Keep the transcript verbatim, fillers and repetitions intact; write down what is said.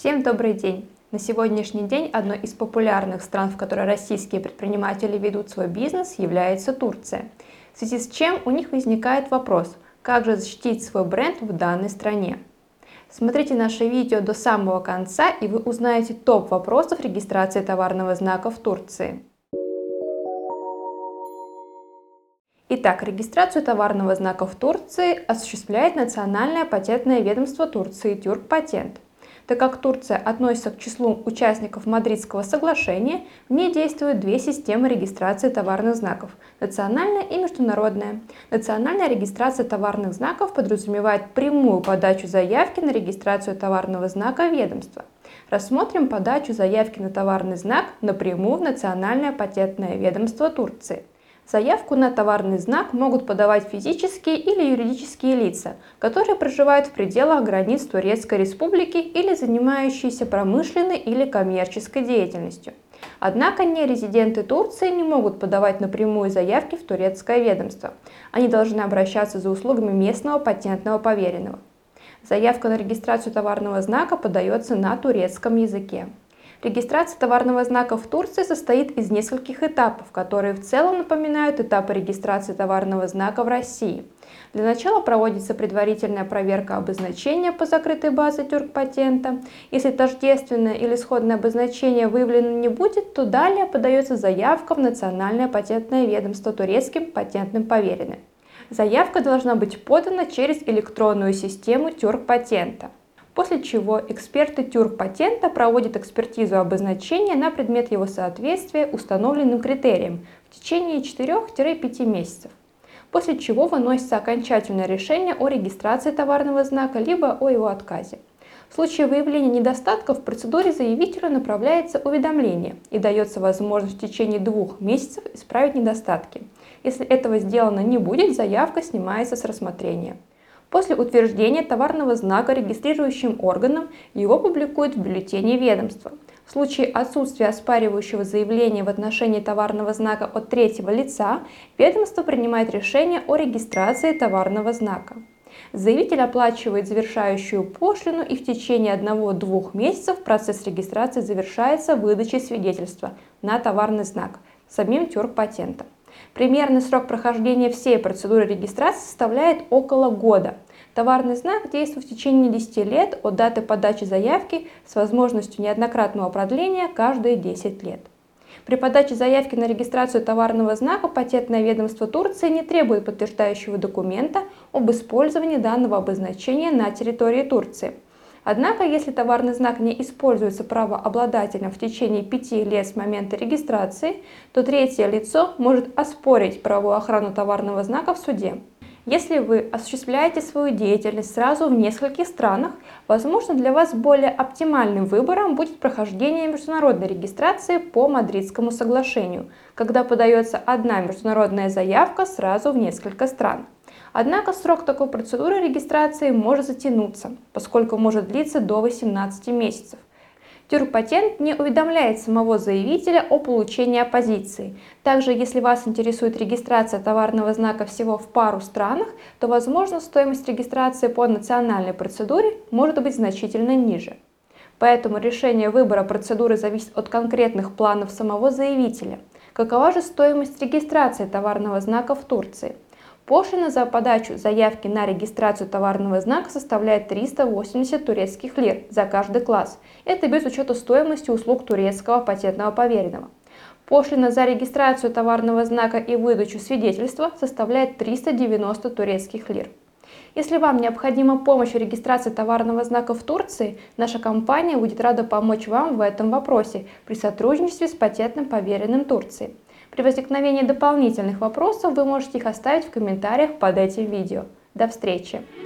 Всем добрый день! На сегодняшний день одной из популярных стран, в которой российские предприниматели ведут свой бизнес, является Турция. В связи с чем у них возникает вопрос, как же защитить свой бренд в данной стране. Смотрите наше видео до самого конца, и вы узнаете топ вопросов регистрации товарного знака в Турции. Итак, регистрацию товарного знака в Турции осуществляет Национальное патентное ведомство Турции Тюркпатент. Так как Турция относится к числу участников Мадридского соглашения, в ней действуют две системы регистрации товарных знаков – национальная и международная. Национальная регистрация товарных знаков подразумевает прямую подачу заявки на регистрацию товарного знака ведомства. Рассмотрим подачу заявки на товарный знак напрямую в Национальное патентное ведомство Турции. Заявку на товарный знак могут подавать физические или юридические лица, которые проживают в пределах границ Турецкой Республики или занимающиеся промышленной или коммерческой деятельностью. Однако нерезиденты Турции не могут подавать напрямую заявки в турецкое ведомство. Они должны обращаться за услугами местного патентного поверенного. Заявка на регистрацию товарного знака подается на турецком языке. Регистрация товарного знака в Турции состоит из нескольких этапов, которые в целом напоминают этапы регистрации товарного знака в России. Для начала проводится предварительная проверка обозначения по закрытой базе Тюркпатента. Если тождественное или сходное обозначение выявлено не будет, то далее подается заявка в Национальное патентное ведомство турецким патентным поверенным. Заявка должна быть подана через электронную систему Тюркпатента. После чего эксперты Тюркпатента проводят экспертизу обозначения на предмет его соответствия установленным критериям в течение четырёх-пяти месяцев. После чего выносится окончательное решение о регистрации товарного знака либо о его отказе. В случае выявления недостатков в процедуре заявителю направляется уведомление и дается возможность в течение двух месяцев исправить недостатки. Если этого сделано не будет, заявка снимается с рассмотрения. После утверждения товарного знака регистрирующим органом его публикуют в бюллетене ведомства. В случае отсутствия оспаривающего заявления в отношении товарного знака от третьего лица, ведомство принимает решение о регистрации товарного знака. Заявитель оплачивает завершающую пошлину, и в течение одного-двух месяцев процесс регистрации завершается выдачей свидетельства на товарный знак самим Тюркпатентом. Примерный срок прохождения всей процедуры регистрации составляет около года. Товарный знак действует в течение десяти лет от даты подачи заявки с возможностью неоднократного продления каждые десять лет. При подаче заявки на регистрацию товарного знака Патентное ведомство Турции не требует подтверждающего документа об использовании данного обозначения на территории Турции. Однако, если товарный знак не используется правообладателем в течение пяти лет с момента регистрации, то третье лицо может оспорить правовую охрану товарного знака в суде. Если вы осуществляете свою деятельность сразу в нескольких странах, возможно, для вас более оптимальным выбором будет прохождение международной регистрации по Мадридскому соглашению, когда подается одна международная заявка сразу в несколько стран. Однако срок такой процедуры регистрации может затянуться, поскольку может длиться до восемнадцати месяцев. Тюркпатент не уведомляет самого заявителя о получении оппозиции. Также, если вас интересует регистрация товарного знака всего в пару странах, то, возможно, стоимость регистрации по национальной процедуре может быть значительно ниже. Поэтому решение выбора процедуры зависит от конкретных планов самого заявителя. Какова же стоимость регистрации товарного знака в Турции? Пошлина за подачу заявки на регистрацию товарного знака составляет триста восемьдесят турецких лир за каждый класс. Это без учета стоимости услуг турецкого патентного поверенного. Пошлина за регистрацию товарного знака и выдачу свидетельства составляет триста девяносто турецких лир. Если вам необходима помощь в регистрации товарного знака в Турции, наша компания будет рада помочь вам в этом вопросе при сотрудничестве с патентным поверенным Турции. При возникновении дополнительных вопросов вы можете их оставить в комментариях под этим видео. До встречи!